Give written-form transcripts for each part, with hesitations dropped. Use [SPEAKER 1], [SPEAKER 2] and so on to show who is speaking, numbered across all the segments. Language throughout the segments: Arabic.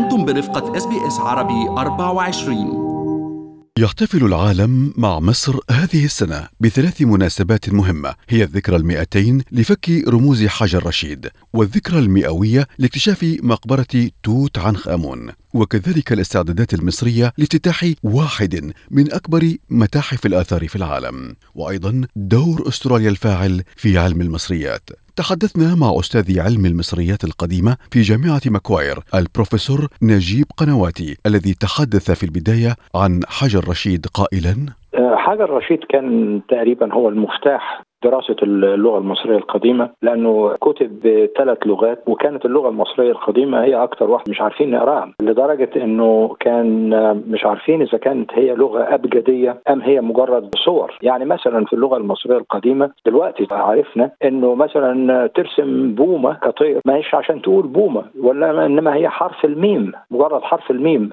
[SPEAKER 1] أنتم برفقة SBS عربي 24.
[SPEAKER 2] يحتفل العالم مع مصر هذه السنة بثلاث مناسبات مهمة، هي الذكرى 200 لفك رموز حجر رشيد، والذكرى 100 لاكتشاف مقبرة توت عنخ آمون، وكذلك الاستعدادات المصرية لافتتاح واحد من أكبر متاحف الآثار في العالم، وأيضا دور أستراليا الفاعل في علم المصريات. تحدثنا مع أستاذ علم المصريات القديمة في جامعة ماكواير البروفيسور نجيب قنواتي، الذي تحدث في البداية عن حجر رشيد قائلا:
[SPEAKER 3] حجر رشيد كان تقريبا هو المفتاح دراسة اللغة المصرية القديمة، لأنه كتب ب3 لغات، وكانت اللغة المصرية القديمة هي أكتر واحد مش عارفين نقراها، لدرجة أنه كان مش عارفين إذا كانت هي لغة أبجدية أم هي مجرد صور. يعني مثلا في اللغة المصرية القديمة دلوقتي عرفنا أنه مثلا ترسم بومة كطير ما هيش عشان تقول بومة، ولا إنما هي حرف الميم، مجرد حرف الميم.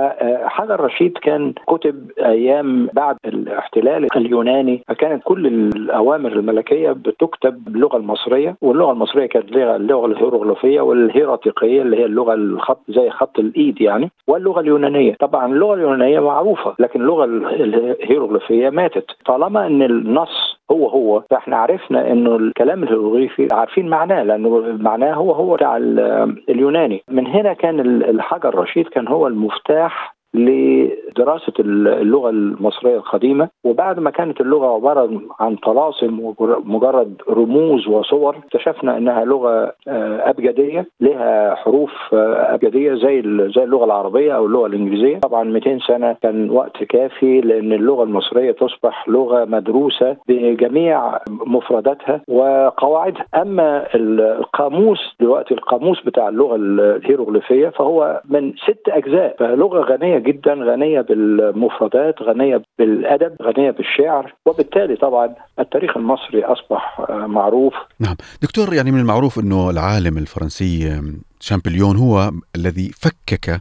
[SPEAKER 3] فحجر رشيد كان كتب أيام بعد الاحتلال اليوناني، فكانت كل الأوامر الملكية بتكتب باللغة المصرية، واللغة المصرية كانت اللغة الهيروغليفية والهيراتيقية اللي هي اللغة الخط زي خط الإيد يعني، واللغة اليونانية. طبعا اللغة اليونانية معروفة، لكن اللغة الهيروغليفية ماتت. طالما أن النص هو فاحنا عرفنا انه الكلام الهيروغليفي عارفين معناه، لانه معناه هو بتاع اليوناني. من هنا كان الحجر الرشيد كان هو المفتاح لدراسة اللغة المصرية القديمة. وبعد ما كانت اللغة عبارة عن طلاسم ومجرد رموز وصور، اكتشفنا انها لغة أبجدية لها حروف أبجدية زي اللغة العربية او اللغة الإنجليزية. طبعا 200 سنة كان وقت كافي لان اللغة المصرية تصبح لغة مدروسة بجميع مفرداتها وقواعدها. اما القاموس دلوقتي، القاموس بتاع اللغة الهيروغليفية، فهو من 6 أجزاء، فلغة غنية جدا، غنية بالمفردات، غنية بالأدب، غنية بالشعر، وبالتالي طبعا التاريخ المصري أصبح معروف.
[SPEAKER 2] نعم دكتور، يعني من المعروف أنه العالم الفرنسي شامبليون هو الذي فكك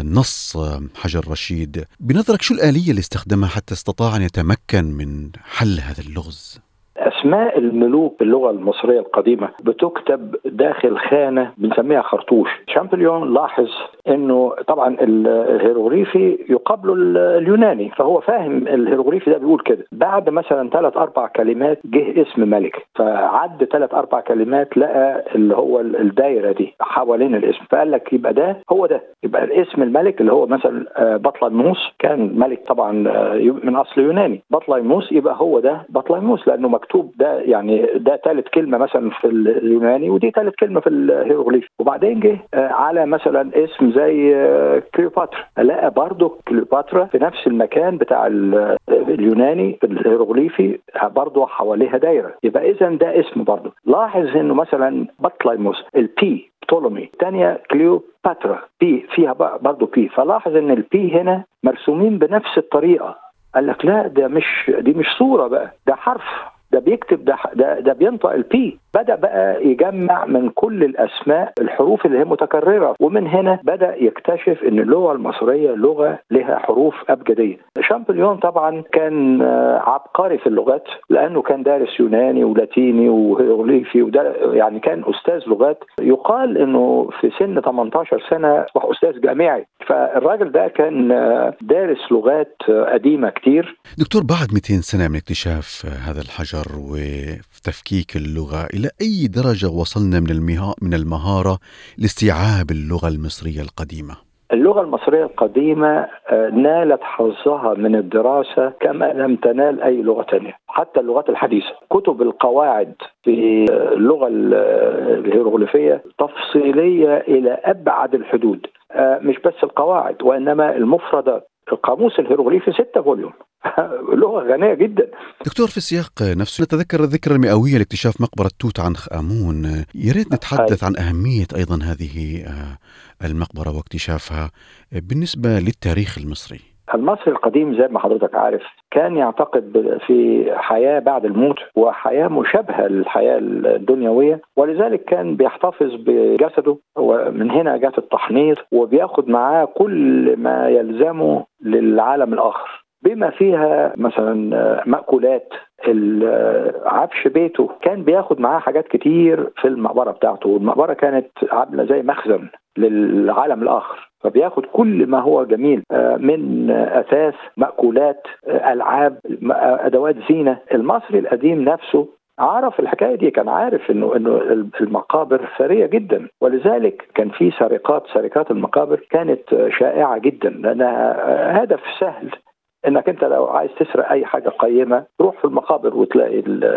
[SPEAKER 2] نص حجر رشيد. بنظرك شو الآلية اللي استخدمها حتى استطاع أن يتمكن من حل هذا اللغز؟
[SPEAKER 3] أسماء الملوك باللغة المصرية القديمة بتكتب داخل خانة بنسميها خرطوش. شامبليون لاحظ أنه طبعا الهيروغليفي يقابله اليوناني، فهو فاهم الهيروغليفي ده بيقول كده. بعد مثلا 3-4 كلمات جه اسم ملك، فعد 3-4 كلمات لقى اللي هو الدايرة دي حوالين الاسم، فقال لك يبقى ده هو ده، يبقى الاسم الملك اللي هو مثلا بطليموس، كان ملك طبعا من أصل يوناني، بطليموس، يبقى هو ده بطليموس لأنه مكتوب ده، يعني ده 3 كلمة مثلا في اليوناني ودي 3 كلمة في الهيروغليفي. وبعدين جه على مثلا اسم زي كليوباترا، لقى برضو كليوباترا في نفس المكان بتاع اليوناني في الهيروغليفي برضو حواليها دايرة، يبقى إذا ده اسم برضو. لاحظ إنه مثلا بطليموس البي بطولمي، الثانية كليوباترا بي فيها برضو بي، فلاحظ إن البي هنا مرسومين بنفس الطريقة. قال لك لا، دي مش صورة بقى، ده حرف، ده بيكتب، ده بينطق البي. بدأ بقى يجمع من كل الأسماء الحروف اللي هي متكررة، ومن هنا بدأ يكتشف أن اللغة المصرية لغة لها حروف أبجدية. شامبليون طبعا كان عبقري في اللغات، لأنه كان دارس يوناني ولاتيني وهيروغليفي، وده يعني كان أستاذ لغات. يقال أنه في سن 18 سنة أصبح أستاذ جامعي، فالراجل ده كان دارس لغات قديمة كتير.
[SPEAKER 2] دكتور، بعد 200 سنة من اكتشاف هذا الحجر وتفكيك اللغة، إلى أي درجة وصلنا من المهارة لاستيعاب اللغة المصرية القديمة؟
[SPEAKER 3] اللغة المصرية القديمة نالت حظها من الدراسة كما لم تنال أي لغة تانية، حتى اللغات الحديثة. كتب القواعد في اللغة الهيروغليفية تفصيلية إلى أبعد الحدود، مش بس القواعد وإنما المفردات. القاموس الهيروغليفي 6 فوليوم لغة غنية جدا.
[SPEAKER 2] دكتور، في السياق نفسه نتذكر الذكرى 100 لاكتشاف مقبرة توت عنخ آمون. يا ريت نتحدث عن أهمية أيضا هذه المقبرة واكتشافها بالنسبة للتاريخ المصري.
[SPEAKER 3] المصري القديم زي ما حضرتك عارف كان يعتقد في حياة بعد الموت، وحياة مشابهة للحياة الدنيوية، ولذلك كان بيحتفظ بجسده، ومن هنا جات التحنيط، وبياخد معاه كل ما يلزمه للعالم الآخر، بما فيها مثلا مأكولات. عفش بيته كان بياخد معاه حاجات كتير في المقبرة بتاعته، والمقبرة كانت عاملة زي مخزن، للعالم الآخر، فبياخد كل ما هو جميل من أثاث، مأكولات، ألعاب، أدوات زينة. المصري القديم نفسه عرف الحكايه دي، كان عارف انه المقابر ثريه جدا، ولذلك كان في سرقات المقابر كانت شائعه جدا، لانها هدف سهل. انك انت لو عايز تسرق اي حاجه قيمه تروح في المقابر وتلاقي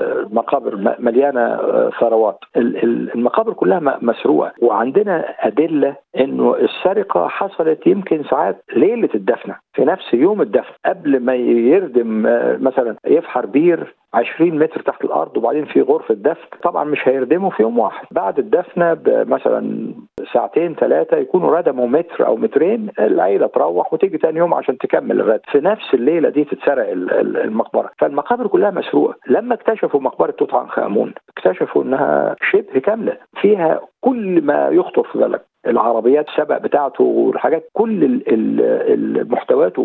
[SPEAKER 3] المقابر مليانه ثروات. المقابر كلها مسروقه، وعندنا ادله انه السرقه حصلت يمكن ساعات ليله الدفنه، في نفس يوم الدفن، قبل ما يردم مثلا يفحر بير 20 متر تحت الارض وبعدين في غرفه دفن. طبعا مش هيردموا في يوم واحد، بعد الدفنه مثلا ساعتين ثلاثه يكونوا ردموا متر او مترين، العيله تروح وتيجي ثاني يوم عشان تكمل الردم. في نفس الليله دي تتسرق المقبره. فالمقابر كلها مسروقه. لما اكتشفوا مقبره توت عنخ امون اكتشفوا انها شبه كامله، فيها كل ما يخطر في بالك، العربيات السبق بتاعته والحاجات، كل المحتويات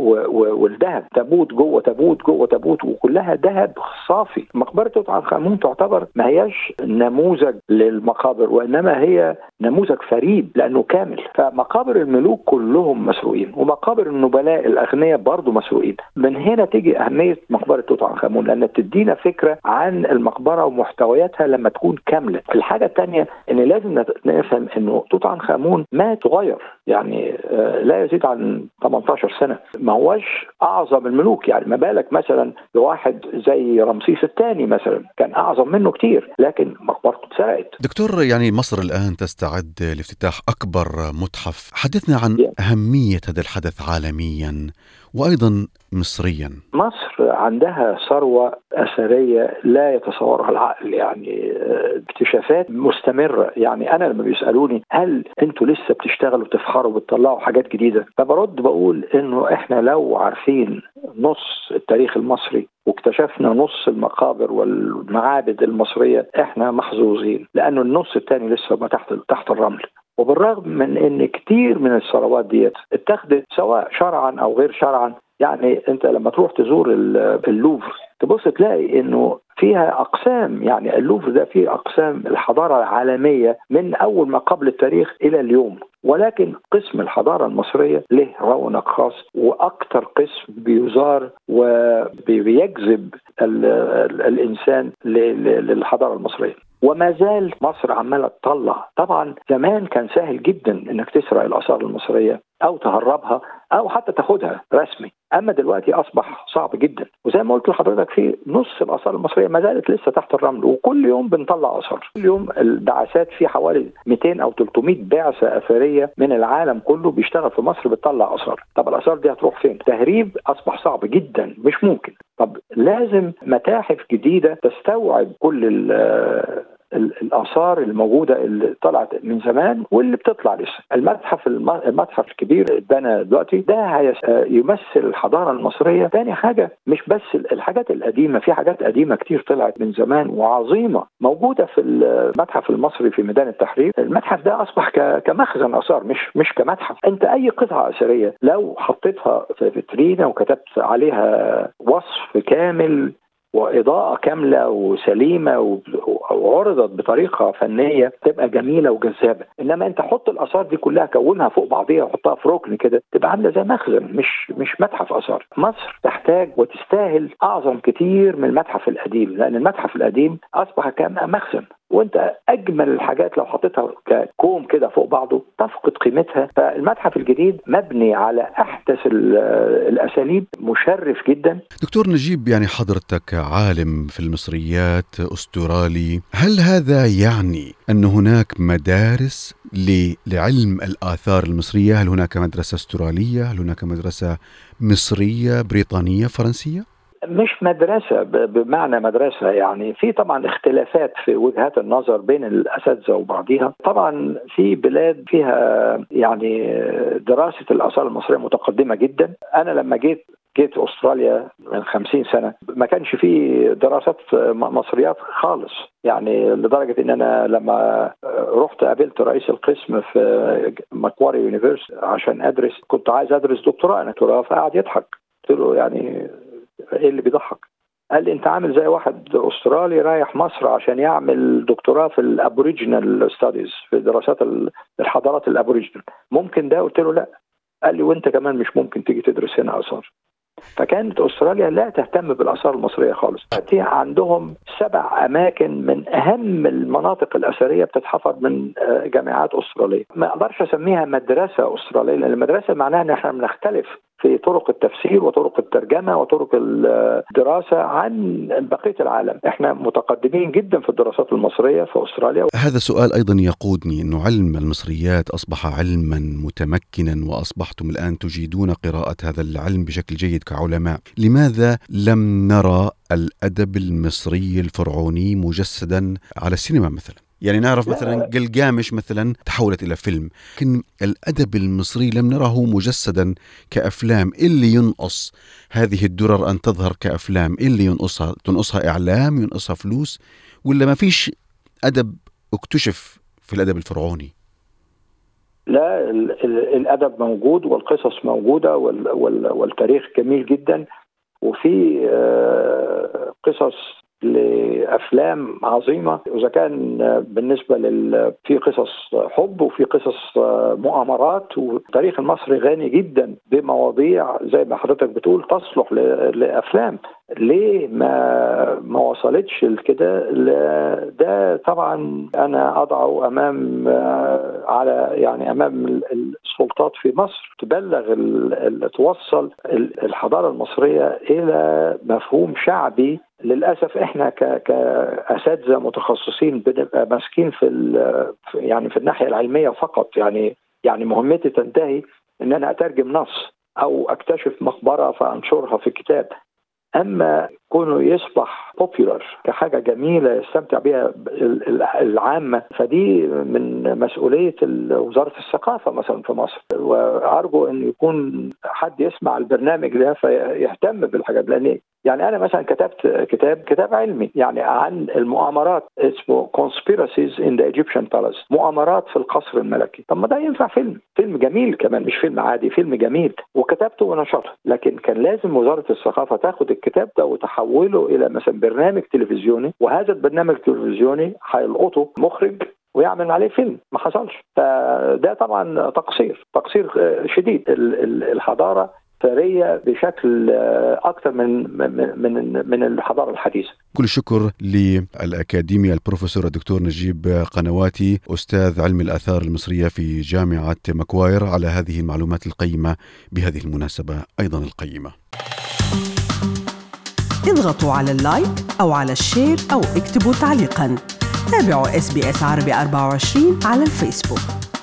[SPEAKER 3] والذهب، تابوت جوه تابوت جوه تابوت، وكلها ذهب صافي. مقبره توت عنخ امون تعتبر ما هياش نموذج للمقابر، وانما هي نموذج فريد لانه كامل. فمقابر الملوك كلهم مسروقين، ومقابر النبلاء الاغنياء برضه مسروقين. من هنا تيجي اهميه مقبره توت عنخ امون، لان تدينا فكره عن المقبره ومحتوياتها لما تكون كامله. الحاجه الثانيه ان لازم نفهم انه توت عنخ امون مات صغير، يعني لا يزيد عن 18 سنه، ما هوش اعظم الملوك. يعني ما بالك مثلا بواحد زي رمسيس الثاني مثلا، كان اعظم منه كتير، لكن مقبرته اتسرقت.
[SPEAKER 2] دكتور، يعني مصر الآن تستعد لافتتاح أكبر متحف. حدثنا عن أهمية هذا الحدث عالميا وأيضا مصريا.
[SPEAKER 3] مصر عندها ثروة أثرية لا يتصورها العقل، يعني اكتشافات مستمرة. يعني أنا لما بيسألوني هل أنتوا لسه بتشتغلوا تفخروا بتطلعوا حاجات جديدة، فبرد بقول إنه إحنا لو عارفين نص التاريخ المصري واكتشفنا نص المقابر والمعابد المصرية احنا محظوظين، لأنه النص الثاني لسه ما تحت الرمل. وبالرغم من ان كتير من الثروات ديت اتخذت سواء شرعا او غير شرعا، يعني انت لما تروح تزور اللوفر تبص تلاقي انه فيها اقسام، يعني اللوفر ده فيه اقسام الحضاره العالميه من اول ما قبل التاريخ الى اليوم، ولكن قسم الحضاره المصريه له رونق خاص، واكثر قسم بيزار وبيجذب الانسان للحضاره المصريه. وما زال مصر عماله تطلع. طبعا زمان كان سهل جدا انك تسرق الاثار المصريه او تهربها او حتى تاخدها رسمي، اما دلوقتي اصبح صعب جدا. وزي ما قلت لحضرتك في نص الاثار المصريه ما زالت لسه تحت الرمل، وكل يوم بنطلع اثار. كل يوم البعثات في حوالي 200 او 300 بعثه اثريه من العالم كله بيشتغل في مصر بتطلع اثار. طب الاثار دي هتروح فين؟ تهريب اصبح صعب جدا، مش ممكن. طب لازم متاحف جديده تستوعب كل الآثار الموجودة اللي طلعت من زمان واللي بتطلع لسه. المتحف الكبير اتبنى دلوقتي ده يمثل الحضارة المصرية. تاني حاجة مش بس الحاجات القديمة، في حاجات قديمة كتير طلعت من زمان وعظيمة موجودة في المتحف المصري في ميدان التحرير. المتحف ده أصبح كمخزن آثار، مش كمتحف. أنت أي قطعة أثرية لو حطيتها في فيترينة وكتبت عليها وصف كامل وإضاءة كاملة وسليمة وعرضت بطريقة فنية تبقى جميلة وجذابة. إنما أنت حط الآثار دي كلها كونها فوق بعضيها وحطها في ركن كده تبقى عاملة زي مخزن، مش متحف آثار. مصر تحتاج وتستاهل أعظم كتير من المتحف القديم، لأن المتحف القديم أصبح كمخزن، وانت اجمل الحاجات لو حطيتها ككوم كده فوق بعضه تفقد قيمتها. فالمتحف الجديد مبني على احدث الاساليب، مشرف جدا.
[SPEAKER 2] دكتور نجيب، يعني حضرتك عالم في المصريات استرالي، هل هذا يعني ان هناك مدارس لعلم الآثار المصرية؟ هل هناك مدرسة استرالية؟ هل هناك مدرسة مصرية بريطانية فرنسية؟
[SPEAKER 3] مش مدرسة بمعنى مدرسة، يعني في طبعا اختلافات في وجهات النظر بين الأساتذة وبعضها. طبعا في بلاد فيها يعني دراسة الآثار المصرية متقدمة جدا. أنا لما جيت أستراليا من 50 سنة ما كانش فيه دراسات مصريات خالص، يعني لدرجة إن أنا لما رحت قابلت رئيس القسم في ماكواري يونيفرسيتي عشان أدرس، كنت عايز أدرس دكتوراه، فقعد يضحك. قلت له يعني ايه اللي بيضحك؟ قال لي انت عامل زي واحد استرالي رايح مصر عشان يعمل دكتوراه في الابوريجينال ستاديز، في دراسات الحضارات الابوريجينال، ممكن ده؟ قلت له لا. قال لي وانت كمان مش ممكن تيجي تدرس هنا اثار. فكانت استراليا لا تهتم بالاثار المصريه خالص. عندهم 7 اماكن من اهم المناطق الاثريه بتتحفظ من جامعات استراليه. ما اقدرش اسميها مدرسه استراليه، لان المدرسه معناها ان احنا بنختلف في طرق التفسير وطرق الترجمه وطرق الدراسه عن بقيه العالم. احنا متقدمين جدا في الدراسات المصريه في استراليا.
[SPEAKER 2] هذا السؤال ايضا يقودني انه علم المصريات اصبح علما متمكنا، واصبحتم الان تجيدون قراءة هذا العلم بشكل جيد كعلماء. لماذا لم نرى الادب المصري الفرعوني مجسدا على السينما مثلا؟ يعني نعرف مثلا قلقامش مثلا تحولت إلى فيلم، لكن الأدب المصري لم نره مجسدا كأفلام. اللي ينقص هذه الدرر أن تظهر كأفلام، اللي تنقصها إعلام، ينقصها فلوس، ولا ما فيش أدب اكتشف في الأدب الفرعوني؟
[SPEAKER 3] لا، الأدب موجود والقصص موجودة والتاريخ جميل جدا، وفي قصص لأفلام عظيمة. وإذا كان بالنسبة في قصص حب وفي قصص مؤامرات، والتاريخ المصري غني جدا بمواضيع زي ما حضرتك بتقول تصلح لأفلام. ليه ما وصلتش لكده؟ ده طبعا أنا أضعه أمام السلطات في مصر، تبلغ توصل الحضارة المصرية إلى مفهوم شعبي. للأسف إحنا كأساتذة متخصصين بنبقى ماسكين في الناحية العلمية فقط. يعني مهمتي تنتهي إن أنا أترجم نص أو أكتشف مقبرة فأنشرها في كتاب. أما كونه يصبح popular كحاجة جميلة يستمتع بها العامة، فدي من مسؤولية وزارة الثقافة مثلا في مصر. وأرجو أن يكون حد يسمع البرنامج ده فيهتم بالحاجات، لأن يعني أنا مثلا كتبت كتاب علمي عن المؤامرات، اسمه Conspiracies in the Egyptian Palace، مؤامرات في القصر الملكي. طب ما ده ينفع فيلم جميل كمان، مش فيلم عادي، فيلم جميل، وكتبته ونشرته. لكن كان لازم وزارة الثقافة تاخد الكتاب ده وتحوله إلى مثلا برنامج تلفزيوني، وهذا البرنامج التلفزيوني هيلقطه مخرج ويعمل عليه فيلم. ما حصلش. فده طبعا تقصير شديد. الحضارة ثرية بشكل أكثر من الحضارة الحديثة.
[SPEAKER 2] كل الشكر للأكاديمي البروفيسور الدكتور نجيب قنواتي، أستاذ علم الآثار المصرية في جامعة ماكواير، على هذه المعلومات القيمة بهذه المناسبة أيضا القيمة.
[SPEAKER 4] اضغطوا على اللايك أو على الشير أو اكتبوا تعليقا. تابعوا SBS عربي 24 على الفيسبوك.